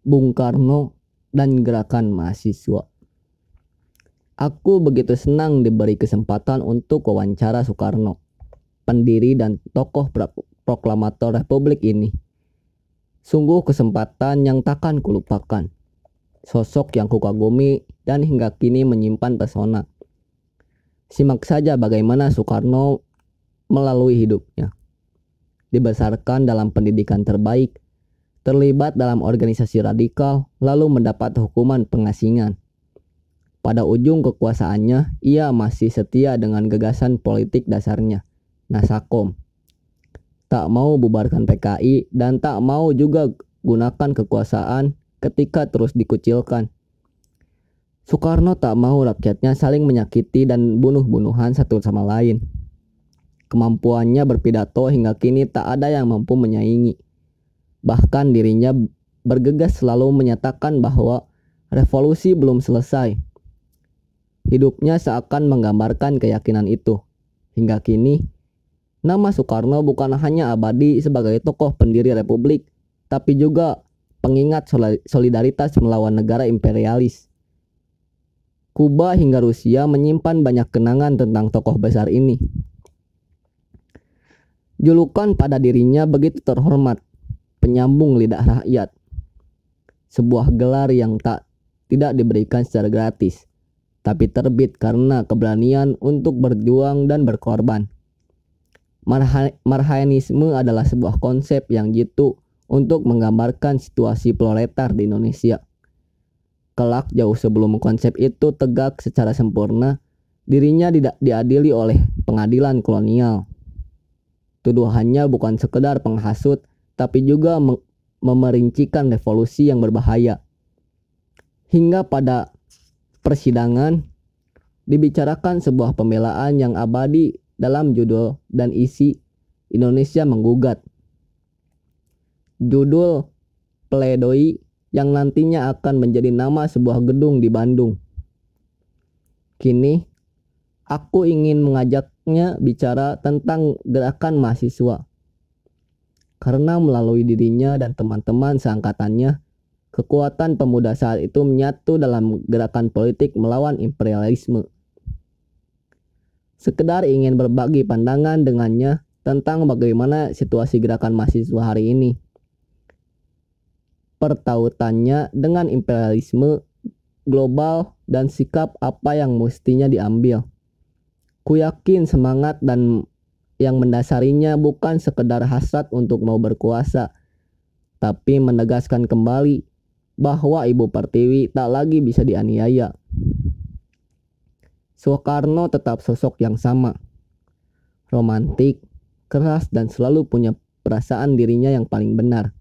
Bung Karno, dan gerakan mahasiswa. Aku begitu senang diberi kesempatan untuk wawancara Soekarno, pendiri dan tokoh proklamator Republik ini. Sungguh kesempatan yang takkan kulupakan. Sosok yang kukagumi dan hingga kini menyimpan pesona. Simak saja bagaimana Soekarno melalui hidupnya. Dibesarkan dalam pendidikan terbaik, terlibat dalam organisasi radikal, lalu mendapat hukuman pengasingan. Pada ujung kekuasaannya, ia masih setia dengan gagasan politik dasarnya, Nasakom. Tak mau bubarkan PKI dan tak mau juga gunakan kekuasaan ketika terus dikucilkan. Soekarno tak mau rakyatnya saling menyakiti dan bunuh-bunuhan satu sama lain. Kemampuannya berpidato hingga kini tak ada yang mampu menyaingi. Bahkan dirinya bergegas selalu menyatakan bahwa revolusi belum selesai. Hidupnya seakan menggambarkan keyakinan itu. Hingga kini, nama Soekarno bukan hanya abadi sebagai tokoh pendiri Republik, tapi juga pengingat solidaritas melawan negara imperialis. Kuba hingga Rusia menyimpan banyak kenangan tentang tokoh besar ini. Julukan pada dirinya begitu terhormat, penyambung lidah rakyat. Sebuah gelar yang tidak diberikan secara gratis, tapi terbit karena keberanian untuk berjuang dan berkorban. Marhaenisme adalah sebuah konsep yang jitu untuk menggambarkan situasi proletar di Indonesia. Kelak jauh sebelum konsep itu tegak secara sempurna, dirinya diadili oleh pengadilan kolonial. Tuduhannya bukan sekedar penghasut, tapi juga memerincikan revolusi yang berbahaya. Hingga pada persidangan, dibicarakan sebuah pembelaan yang abadi dalam judul dan isi Indonesia Menggugat. Judul pledoi yang nantinya akan menjadi nama sebuah gedung di Bandung. Kini, aku ingin mengajaknya bicara tentang gerakan mahasiswa. Karena melalui dirinya dan teman-teman seangkatannya, kekuatan pemuda saat itu menyatu dalam gerakan politik melawan imperialisme. Sekedar ingin berbagi pandangan dengannya tentang bagaimana situasi gerakan mahasiswa hari ini. Pertautannya dengan imperialisme global dan sikap apa yang mestinya diambil. Ku yakin semangat dan yang mendasarinya bukan sekedar hasrat untuk mau berkuasa, tapi menegaskan kembali bahwa Ibu Pertiwi tak lagi bisa dianiaya. Soekarno tetap sosok yang sama, romantik, keras dan selalu punya perasaan dirinya yang paling benar.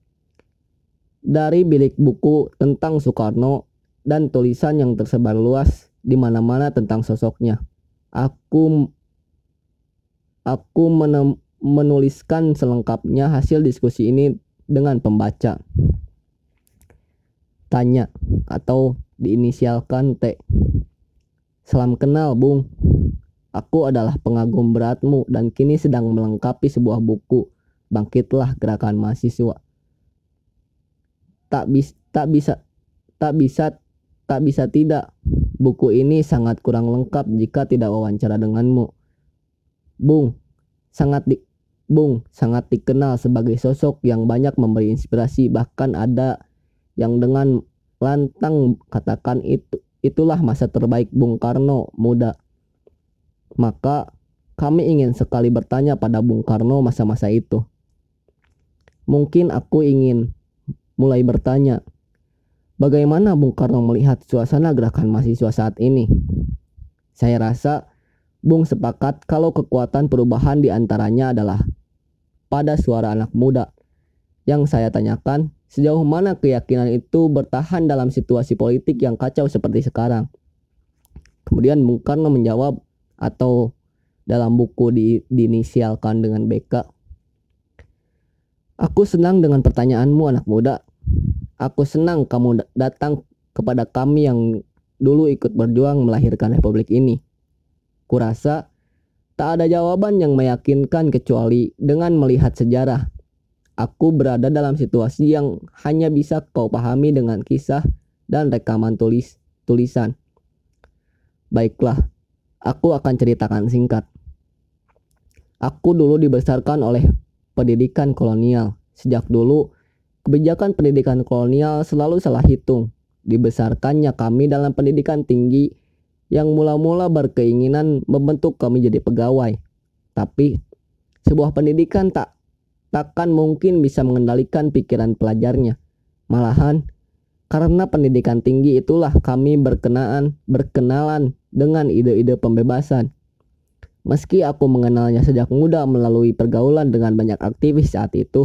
Dari bilik buku tentang Soekarno dan tulisan yang tersebar luas di mana-mana tentang sosoknya, aku menuliskan selengkapnya hasil diskusi ini dengan pembaca. Tanya atau diinisialkan T. Salam kenal, Bung. Aku adalah pengagum beratmu dan kini sedang melengkapi sebuah buku, Bangkitlah Gerakan Mahasiswa. Tak bisa tidak. Buku ini sangat kurang lengkap jika tidak wawancara denganmu. Bung sangat dikenal sebagai sosok yang banyak memberi inspirasi, bahkan ada yang dengan lantang katakan itulah masa terbaik Bung Karno muda. Maka kami ingin sekali bertanya pada Bung Karno masa-masa itu. Mungkin aku ingin mulai bertanya, bagaimana Bung Karno melihat suasana gerakan mahasiswa saat ini? Saya rasa Bung sepakat kalau kekuatan perubahan diantaranya adalah pada suara anak muda. Yang saya tanyakan, sejauh mana keyakinan itu bertahan dalam situasi politik yang kacau seperti sekarang? Kemudian Bung Karno menjawab, atau dalam buku diinisialkan dengan BK, aku senang dengan pertanyaanmu anak muda. Aku senang kamu datang kepada kami yang dulu ikut berjuang melahirkan republik ini. Kurasa tak ada jawaban yang meyakinkan kecuali dengan melihat sejarah. Aku berada dalam situasi yang hanya bisa kau pahami dengan kisah dan rekaman tulisan. Baiklah, aku akan ceritakan singkat. Aku dulu dibesarkan oleh pendidikan kolonial. Sejak dulu, kebijakan pendidikan kolonial selalu salah hitung. Dibesarkannya kami dalam pendidikan tinggi yang mula-mula berkeinginan membentuk kami jadi pegawai. Tapi, sebuah pendidikan takkan mungkin bisa mengendalikan pikiran pelajarnya. Malahan, karena pendidikan tinggi itulah kami berkenalan dengan ide-ide pembebasan. Meski aku mengenalnya sejak muda melalui pergaulan dengan banyak aktivis saat itu,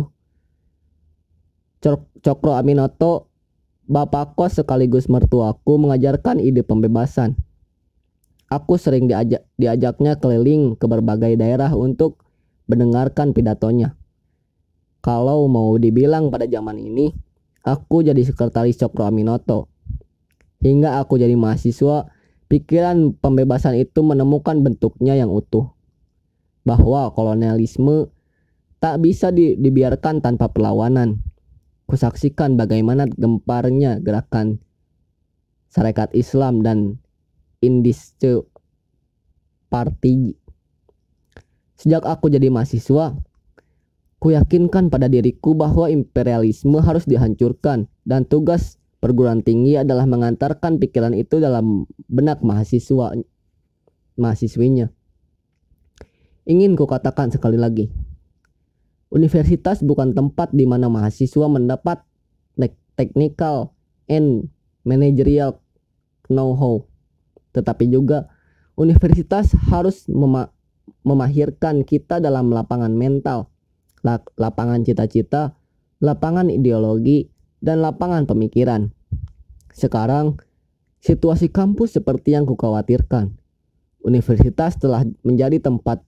Cokro Aminoto, bapak kos sekaligus mertuaku, mengajarkan ide pembebasan. Aku sering diajaknya keliling ke berbagai daerah untuk mendengarkan pidatonya. Kalau mau dibilang pada zaman ini, aku jadi sekretaris Cokro Aminoto. Hingga aku jadi mahasiswa, pikiran pembebasan itu menemukan bentuknya yang utuh. Bahwa kolonialisme tak bisa dibiarkan tanpa perlawanan. Kusaksikan bagaimana gemparnya gerakan Sarekat Islam dan Indische Party. Sejak aku jadi mahasiswa, kuyakinkan pada diriku bahwa imperialisme harus dihancurkan dan tugas perguruan tinggi adalah mengantarkan pikiran itu dalam benak mahasiswinya. Ingin kukatakan sekali lagi, universitas bukan tempat di mana mahasiswa mendapat technical and managerial know-how, tetapi juga universitas harus memahirkan kita dalam lapangan mental, lapangan cita-cita, lapangan ideologi, dan lapangan pemikiran. Sekarang, situasi kampus seperti yang kukhawatirkan. Universitas telah menjadi tempat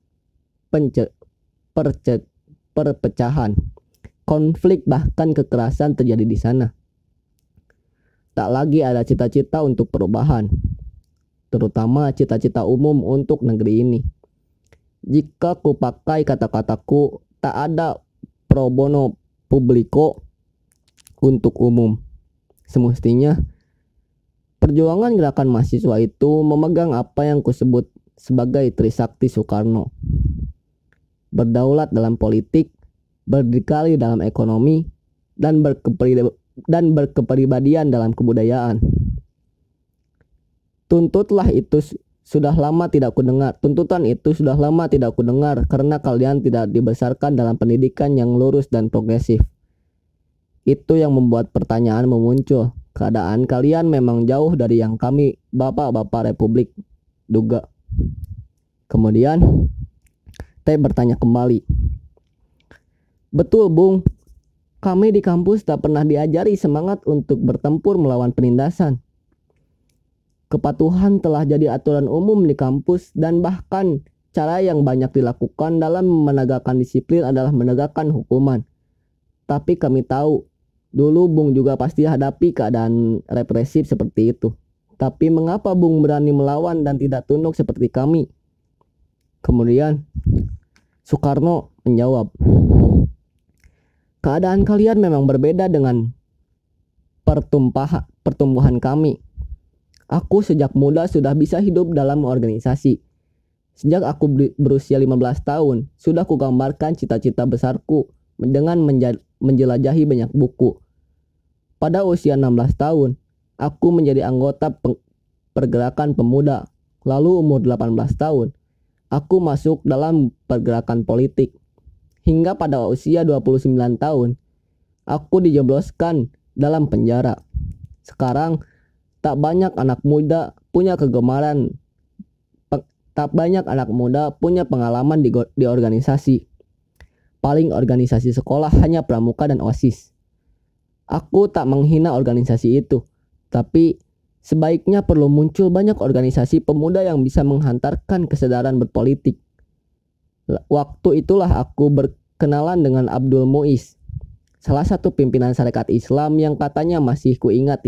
perpecahan, konflik, bahkan kekerasan terjadi di sana. Tak lagi ada cita-cita untuk perubahan, terutama cita-cita umum untuk negeri ini. Jika kupakai kata-kataku, tak ada pro bono publico untuk umum. Semestinya perjuangan gerakan mahasiswa itu memegang apa yang kusebut sebagai Trisakti Soekarno. Berdaulat dalam politik, berdikari dalam ekonomi, dan berkepribadian dalam kebudayaan. Tuntutan itu sudah lama tidak kudengar karena kalian tidak dibesarkan dalam pendidikan yang lurus dan progresif. Itu yang membuat pertanyaan memuncul. Keadaan kalian memang jauh dari yang kami, bapak-bapak Republik, duga. Kemudian, Teh bertanya kembali. Betul, Bung. Kami di kampus tak pernah diajari semangat untuk bertempur melawan penindasan. Kepatuhan telah jadi aturan umum di kampus dan bahkan cara yang banyak dilakukan dalam menegakkan disiplin adalah menegakkan hukuman. Tapi kami tahu, dulu Bung juga pasti hadapi keadaan represif seperti itu. Tapi mengapa Bung berani melawan dan tidak tunduk seperti kami? Kemudian Soekarno menjawab, keadaan kalian memang berbeda dengan pertumbuhan kami. Aku sejak muda sudah bisa hidup dalam organisasi. Sejak aku berusia 15 tahun, sudah kugambarkan cita-cita besarku dengan menjelajahi banyak buku. Pada usia 16 tahun, aku menjadi anggota pergerakan pemuda. Lalu umur 18 tahun, aku masuk dalam pergerakan politik. Hingga pada usia 29 tahun, aku dijebloskan dalam penjara. Sekarang, tak banyak anak muda punya pengalaman di organisasi. Paling organisasi sekolah hanya pramuka dan OSIS. Aku tak menghina organisasi itu, tapi sebaiknya perlu muncul banyak organisasi pemuda yang bisa menghantarkan kesadaran berpolitik. Waktu itulah aku berkenalan dengan Abdul Muiz, salah satu pimpinan Sarekat Islam yang kata-katanya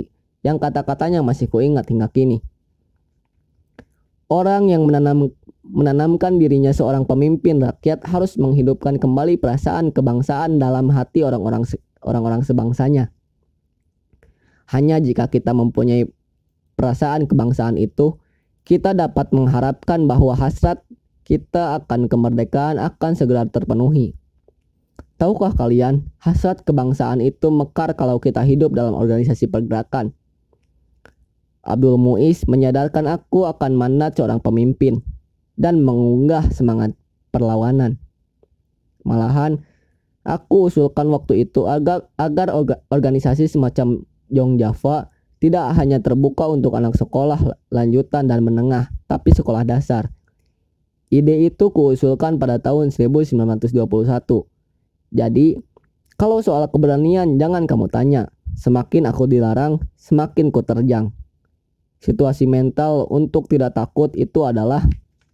masih kuingat hingga kini. Orang yang menanamkan dirinya seorang pemimpin rakyat harus menghidupkan kembali perasaan kebangsaan dalam hati orang-orang sebangsanya. Hanya jika kita mempunyai perasaan kebangsaan itu, kita dapat mengharapkan bahwa hasrat kita akan kemerdekaan akan segera terpenuhi. Tahukah kalian, hasrat kebangsaan itu mekar kalau kita hidup dalam organisasi pergerakan. Abdul Muiz menyadarkan aku akan mandat seorang pemimpin dan mengunggah semangat perlawanan. Malahan, aku usulkan waktu itu agar organisasi semacam Young Java tidak hanya terbuka untuk anak sekolah lanjutan dan menengah, tapi sekolah dasar. Ide itu kuusulkan pada tahun 1921. Jadi, kalau soal keberanian jangan kamu tanya. Semakin aku dilarang, semakin ku terjang. Situasi mental untuk tidak takut itu adalah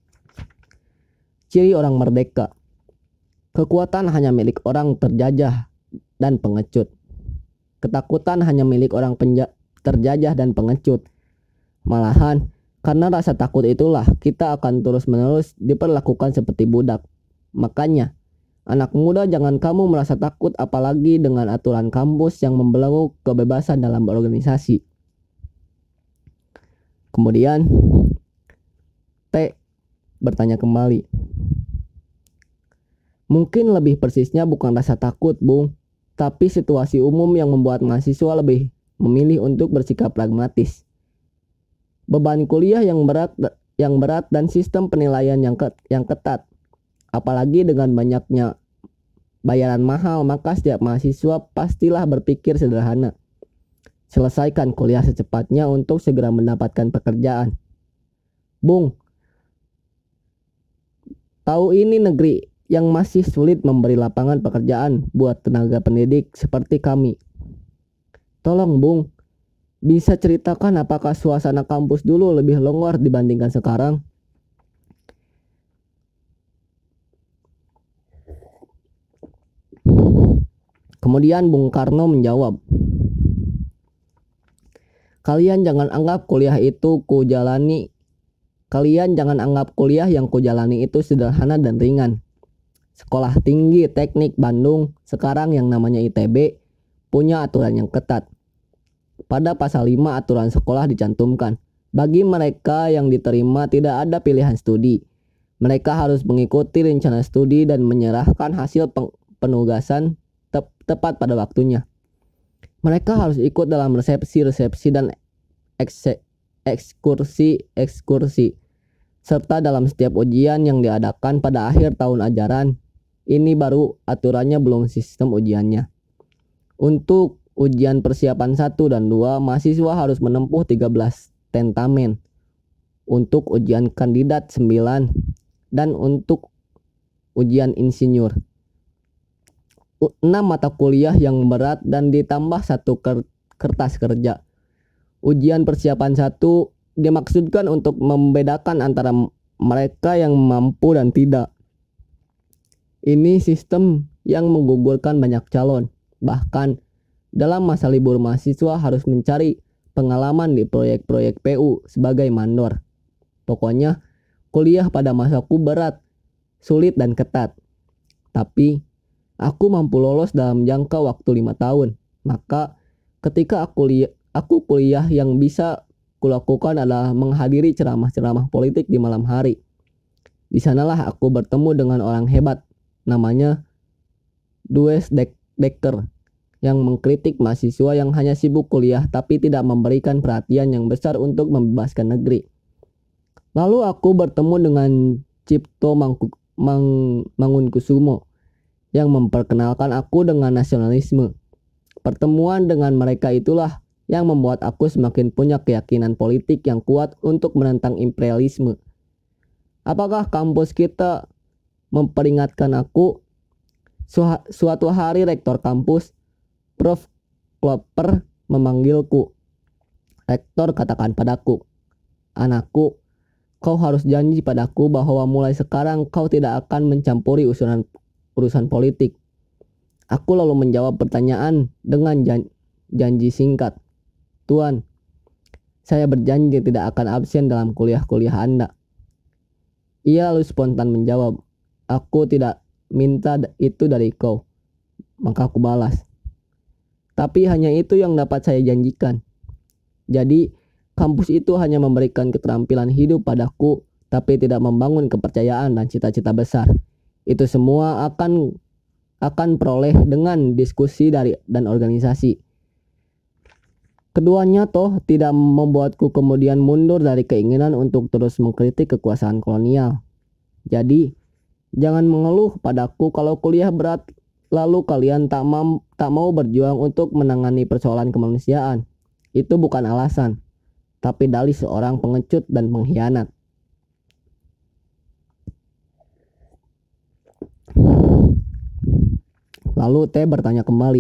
ciri orang merdeka. Kekuatan hanya milik orang terjajah dan pengecut. Ketakutan hanya milik orang terjajah dan pengecut. Malahan, karena rasa takut itulah kita akan terus-menerus diperlakukan seperti budak. Makanya, anak muda jangan kamu merasa takut apalagi dengan aturan kampus yang membelenggu kebebasan dalam berorganisasi. Kemudian, T bertanya kembali. Mungkin lebih persisnya bukan rasa takut, Bung. Tapi situasi umum yang membuat mahasiswa lebih memilih untuk bersikap pragmatis. Beban kuliah yang berat dan sistem penilaian yang ketat. Apalagi dengan banyaknya bayaran mahal, maka setiap mahasiswa pastilah berpikir sederhana. Selesaikan kuliah secepatnya untuk segera mendapatkan pekerjaan. Bung, tahu ini negeri yang masih sulit memberi lapangan pekerjaan buat tenaga pendidik seperti kami. Tolong Bung, bisa ceritakan apakah suasana kampus dulu lebih longgar dibandingkan sekarang? Kemudian Bung Karno menjawab, Kalian jangan anggap kuliah yang kujalani itu sederhana dan ringan. Sekolah Tinggi Teknik Bandung, sekarang yang namanya ITB, punya aturan yang ketat. Pada pasal 5 aturan sekolah dicantumkan, bagi mereka yang diterima tidak ada pilihan studi. Mereka harus mengikuti rencana studi dan menyerahkan hasil penugasan tepat pada waktunya. Mereka harus ikut dalam resepsi dan ekskursi, serta dalam setiap ujian yang diadakan pada akhir tahun ajaran. Ini baru aturannya, belum sistem ujiannya. Untuk ujian persiapan 1 dan 2, mahasiswa harus menempuh 13 tentamen. Untuk ujian kandidat 9 dan untuk ujian insinyur 6 mata kuliah yang berat dan ditambah 1 kertas kerja. Ujian persiapan 1 dimaksudkan untuk membedakan antara mereka yang mampu dan tidak. Ini sistem yang menggugurkan banyak calon. Bahkan dalam masa libur mahasiswa harus mencari pengalaman di proyek-proyek PU sebagai mandor. Pokoknya kuliah pada masaku berat, sulit dan ketat. Tapi aku mampu lolos dalam jangka waktu 5 tahun. Maka ketika aku kuliah yang bisa kulakukan adalah menghadiri ceramah-ceramah politik di malam hari. Di sanalah aku bertemu dengan orang hebat, namanya Dues Dekker, yang mengkritik mahasiswa yang hanya sibuk kuliah tapi tidak memberikan perhatian yang besar untuk membebaskan negeri. Lalu aku bertemu dengan Cipto Mangunkusumo yang memperkenalkan aku dengan nasionalisme. Pertemuan dengan mereka itulah yang membuat aku semakin punya keyakinan politik yang kuat untuk menentang imperialisme. Apakah kampus kita memperingatkan aku? Suatu hari rektor kampus, Prof. Klopper, memanggilku. Rektor katakan padaku, "Anakku, kau harus janji padaku bahwa mulai sekarang kau tidak akan mencampuri urusan politik." Aku lalu menjawab pertanyaan dengan janji singkat. "Tuan, saya berjanji tidak akan absen dalam kuliah-kuliah Anda." Ia lalu spontan menjawab, "Aku tidak minta itu dari kau." Maka aku balas, "Tapi hanya itu yang dapat saya janjikan." Jadi, kampus itu hanya memberikan keterampilan hidup padaku, tapi tidak membangun kepercayaan dan cita-cita besar. Itu semua akan peroleh dengan diskusi dan organisasi. Keduanya toh tidak membuatku kemudian mundur dari keinginan untuk terus mengkritik kekuasaan kolonial. Jadi, jangan mengeluh padaku kalau kuliah berat, lalu kalian tak mau berjuang untuk menangani persoalan kemanusiaan. Itu bukan alasan, tapi dalih seorang pengecut dan pengkhianat. Lalu T bertanya kembali,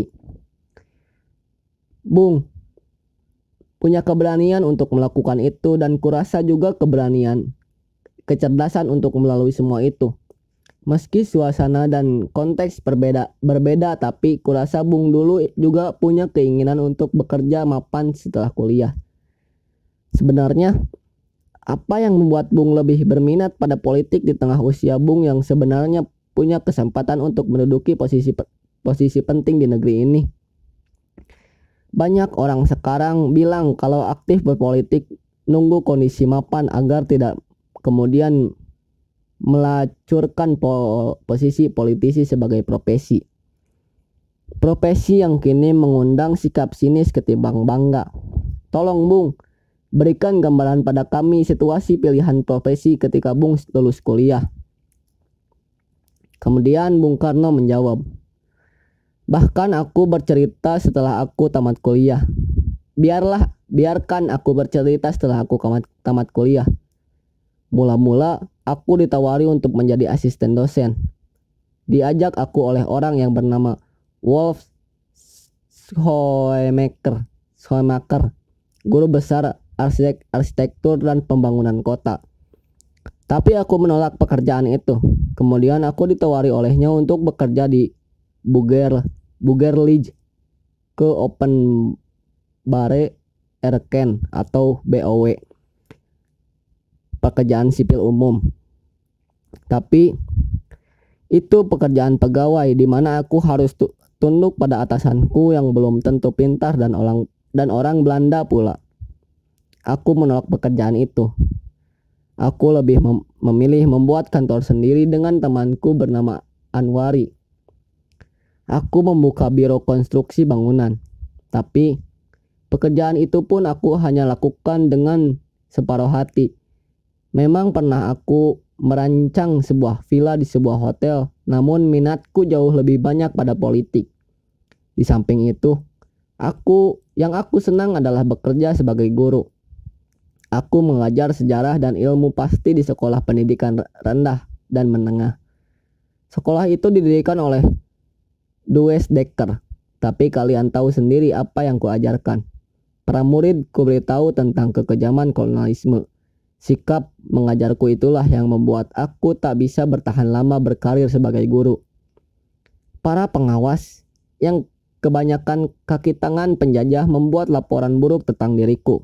"Bung, punya keberanian untuk melakukan itu dan kurasa juga kecerdasan untuk melalui semua itu. Meski suasana dan konteks berbeda, tapi kurasa Bung dulu juga punya keinginan untuk bekerja mapan setelah kuliah. Sebenarnya, apa yang membuat Bung lebih berminat pada politik di tengah usia Bung yang sebenarnya punya kesempatan untuk menduduki posisi penting di negeri ini? Banyak orang sekarang bilang kalau aktif berpolitik nunggu kondisi mapan agar tidak kemudian melacurkan posisi politisi sebagai profesi. Profesi yang kini mengundang sikap sinis ketimbang bangga. Tolong Bung, berikan gambaran pada kami situasi pilihan profesi ketika Bung lulus kuliah." Kemudian Bung Karno menjawab, "Bahkan aku bercerita setelah aku tamat kuliah. Biarkan aku bercerita setelah aku tamat kuliah. Mula-mula aku ditawari untuk menjadi asisten dosen. Diajak aku oleh orang yang bernama Wolf Schoemaker, guru besar arsitektur dan pembangunan kota. Tapi aku menolak pekerjaan itu. Kemudian aku ditawari olehnya untuk bekerja di Bugerlich ke Open Bare Erken atau BOW, pekerjaan sipil umum. Tapi itu pekerjaan pegawai di mana aku harus tunduk pada atasanku yang belum tentu pintar dan orang Belanda pula. Aku menolak pekerjaan itu. Aku lebih memilih membuat kantor sendiri dengan temanku bernama Anwari. Aku membuka biro konstruksi bangunan. Tapi pekerjaan itu pun aku hanya lakukan dengan separuh hati. Memang pernah aku merancang sebuah villa di sebuah hotel, namun minatku jauh lebih banyak pada politik. Di samping itu, yang aku senang adalah bekerja sebagai guru. Aku mengajar sejarah dan ilmu pasti di sekolah pendidikan rendah dan menengah. Sekolah itu didirikan oleh Dues Dekker, tapi kalian tahu sendiri apa yang kuajarkan. Para murid kuberitahu tentang kekejaman kolonialisme. Sikap mengajarku itulah yang membuat aku tak bisa bertahan lama berkarir sebagai guru. Para pengawas yang kebanyakan kaki tangan penjajah membuat laporan buruk tentang diriku.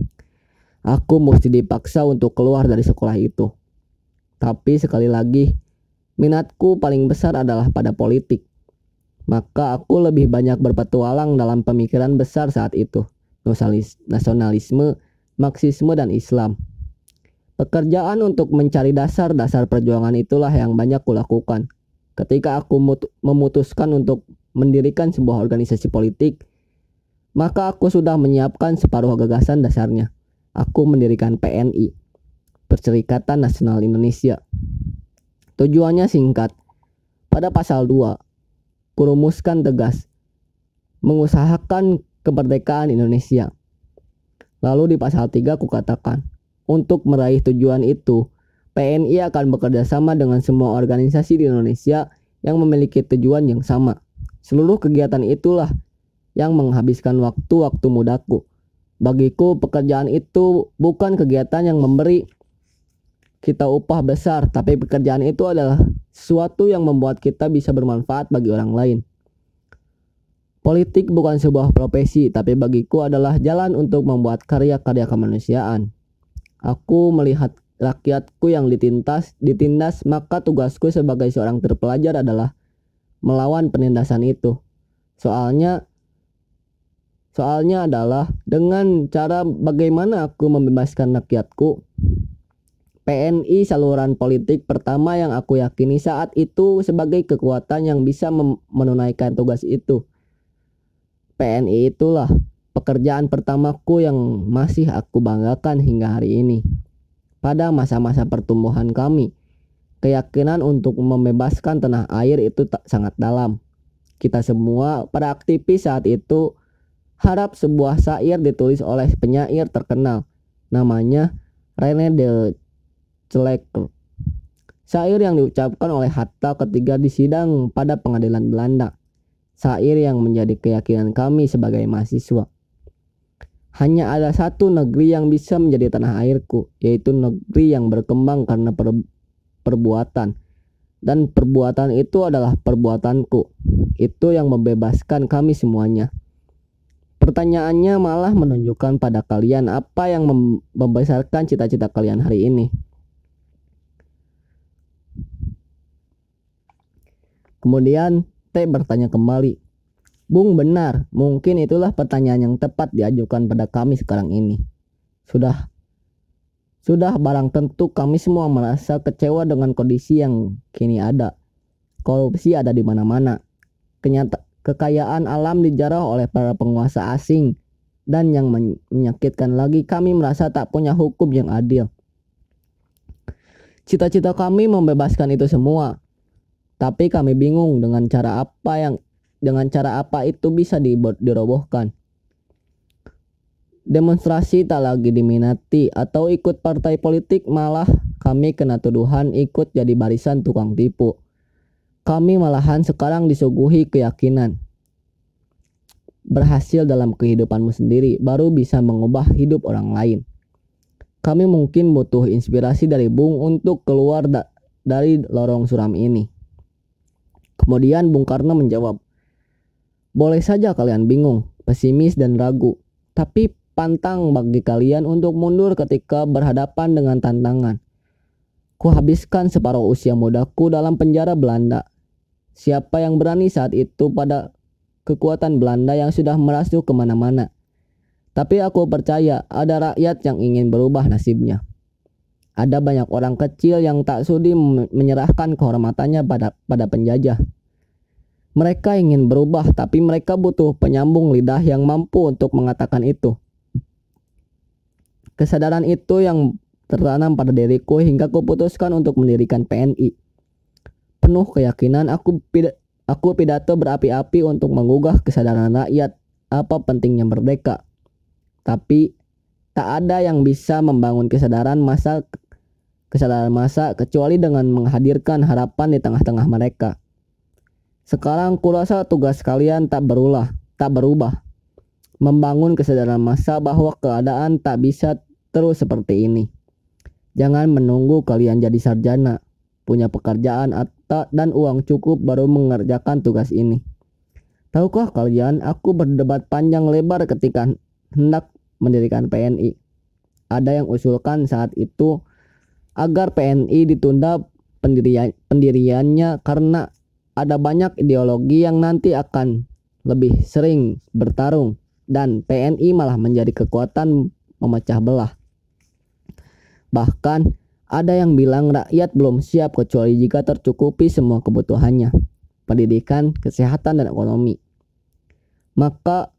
Aku mesti dipaksa untuk keluar dari sekolah itu. Tapi sekali lagi, minatku paling besar adalah pada politik. Maka aku lebih banyak berpetualang dalam pemikiran besar saat itu. Nasionalisme, Marxisme, dan Islam. Pekerjaan untuk mencari dasar-dasar perjuangan itulah yang banyak kulakukan. Ketika aku memutuskan untuk mendirikan sebuah organisasi politik, maka aku sudah menyiapkan separuh gagasan dasarnya. Aku mendirikan PNI, Perserikatan Nasional Indonesia. Tujuannya singkat. Pada pasal 2, kurumuskan tegas, mengusahakan kemerdekaan Indonesia. Lalu di pasal 3 kukatakan, untuk meraih tujuan itu, PNI akan bekerja sama dengan semua organisasi di Indonesia yang memiliki tujuan yang sama. Seluruh kegiatan itulah yang menghabiskan waktu mudaku. Bagiku pekerjaan itu bukan kegiatan yang memberi kita upah besar, tapi pekerjaan itu adalah sesuatu yang membuat kita bisa bermanfaat bagi orang lain. Politik bukan sebuah profesi, tapi bagiku adalah jalan untuk membuat karya-karya kemanusiaan. Aku melihat rakyatku yang ditindas, maka tugasku sebagai seorang terpelajar adalah melawan penindasan itu. Soalnya adalah dengan cara bagaimana aku membebaskan rakyatku. PNI saluran politik pertama yang aku yakini saat itu sebagai kekuatan yang bisa menunaikan tugas itu. PNI itulah pekerjaan pertamaku yang masih aku banggakan hingga hari ini. Pada masa-masa pertumbuhan kami, keyakinan untuk membebaskan tanah air itu sangat dalam. Kita semua para aktivis saat itu harap sebuah syair ditulis oleh penyair terkenal, namanya René Celerk. Syair yang diucapkan oleh Hatta ketika disidang pada pengadilan Belanda. Syair yang menjadi keyakinan kami sebagai mahasiswa. Hanya ada satu negeri yang bisa menjadi tanah airku, yaitu negeri yang berkembang karena perbuatan. Dan perbuatan itu adalah perbuatanku. Itu yang membebaskan kami semuanya. Pertanyaannya malah menunjukkan pada kalian apa yang membesarkan cita-cita kalian hari ini. Kemudian T bertanya kembali, Bung, benar, mungkin itulah pertanyaan yang tepat diajukan pada kami sekarang ini. Sudah barang tentu kami semua merasa kecewa dengan kondisi yang kini ada. Korupsi ada di mana-mana. Kekayaan alam dijarah oleh para penguasa asing. Dan yang menyakitkan lagi, kami merasa tak punya hukum yang adil. Cita-cita kami membebaskan itu semua. Tapi kami bingung dengan cara apa itu bisa dirobohkan. Demonstrasi tak lagi diminati atau ikut partai politik, malah kami kena tuduhan ikut jadi barisan tukang tipu. Kami malahan sekarang disuguhi keyakinan berhasil dalam kehidupanmu sendiri baru bisa mengubah hidup orang lain. Kami mungkin butuh inspirasi dari Bung untuk keluar dari lorong suram ini. Kemudian Bung Karno menjawab, boleh saja kalian bingung, pesimis dan ragu, tapi pantang bagi kalian untuk mundur ketika berhadapan dengan tantangan. Kuhabiskan separuh usia mudaku dalam penjara Belanda. Siapa yang berani saat itu pada kekuatan Belanda yang sudah merasuk kemana-mana? Tapi aku percaya ada rakyat yang ingin berubah nasibnya. Ada banyak orang kecil yang tak sudi menyerahkan kehormatannya pada penjajah. Mereka ingin berubah, tapi mereka butuh penyambung lidah yang mampu untuk mengatakan itu. Kesadaran itu yang tertanam pada diriku hingga kuputuskan untuk mendirikan PNI. Penuh keyakinan aku pidato berapi-api untuk menggugah kesadaran rakyat apa pentingnya merdeka. Tapi tak ada yang bisa membangun kesadaran massa kecuali dengan menghadirkan harapan di tengah-tengah mereka. Sekarang kurasa tugas kalian tak berubah. Membangun kesadaran massa bahwa keadaan tak bisa terus seperti ini. Jangan menunggu kalian jadi sarjana, punya pekerjaan dan uang cukup baru mengerjakan tugas ini. Tahukah kalian, aku berdebat panjang lebar ketika hendak mendirikan PNI. Ada yang usulkan saat itu agar PNI ditunda pendiriannya karena ada banyak ideologi yang nanti akan lebih sering bertarung dan PNI malah menjadi kekuatan memecah belah. Bahkan ada yang bilang rakyat belum siap kecuali jika tercukupi semua kebutuhannya, pendidikan, kesehatan, dan ekonomi. Maka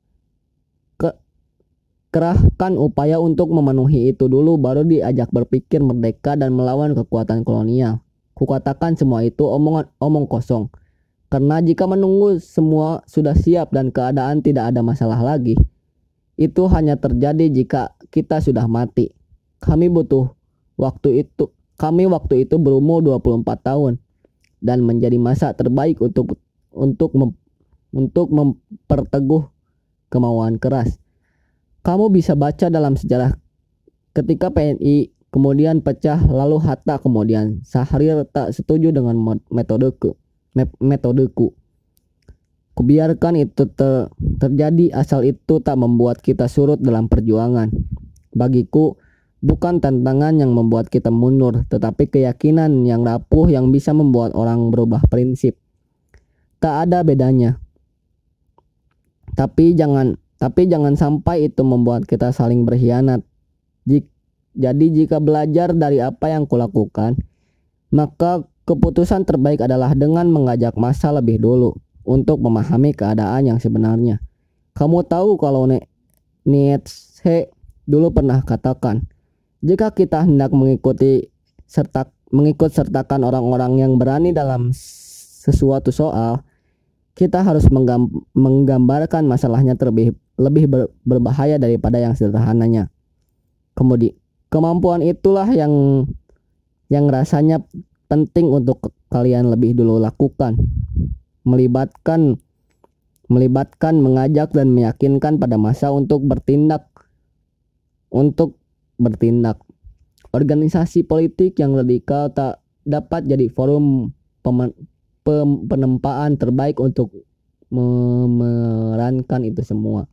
kerahkan upaya untuk memenuhi itu dulu baru diajak berpikir merdeka dan melawan kekuatan kolonial. Kukatakan semua itu omong kosong. Karena jika menunggu semua sudah siap dan keadaan tidak ada masalah lagi, itu hanya terjadi jika kita sudah mati. Kami waktu itu berumur 24 tahun dan menjadi masa terbaik untuk memperteguh kemauan keras. Kamu bisa baca dalam sejarah ketika PNI kemudian pecah, lalu Hatta kemudian Syahrir tak setuju dengan metodeku. Kubiarkan itu terjadi asal itu tak membuat kita surut dalam perjuangan. Bagiku, Bukan tantangan yang membuat kita mundur, tetapi keyakinan yang rapuh yang bisa membuat orang berubah prinsip. Tak ada bedanya. Tapi jangan sampai itu membuat kita saling berkhianat. Jadi jika belajar dari apa yang kulakukan, maka keputusan terbaik adalah dengan mengajak masa lebih dulu untuk memahami keadaan yang sebenarnya. Kamu tahu kalau Nietzsche dulu pernah katakan, jika kita hendak mengikut sertakan orang-orang yang berani dalam sesuatu soal, kita harus menggambarkan masalahnya lebih berbahaya daripada yang sederhananya. Kemudian kemampuan itulah yang rasanya penting untuk kalian lebih dulu lakukan. Melibatkan, mengajak dan meyakinkan pada masa untuk bertindak. Organisasi politik yang radikal tak dapat jadi forum penempaan terbaik untuk memerankan itu semua.